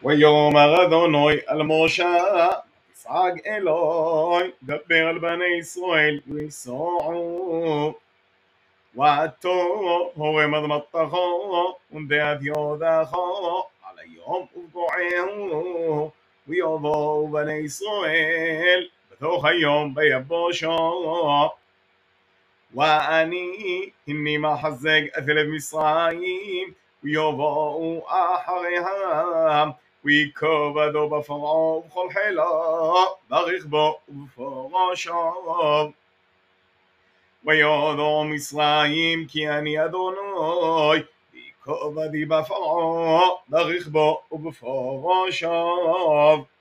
ויאמר אדוני אל משה תצעק אלוהי דבר על בני ישראל ויסעו ועתו מדמתך ונדעת יודך על היום ובקועהו ויבואו בני ישראל בתוך היום ביבושו ואני הני מחזק את לב מצרים ויבואו אחריהם ויקבדו בפרעה ובכל חילו ברכבו ובפרשיו ויודעו מצרים כי אני אדוני ויקבדי בפרעה ברכבו ובפרשיו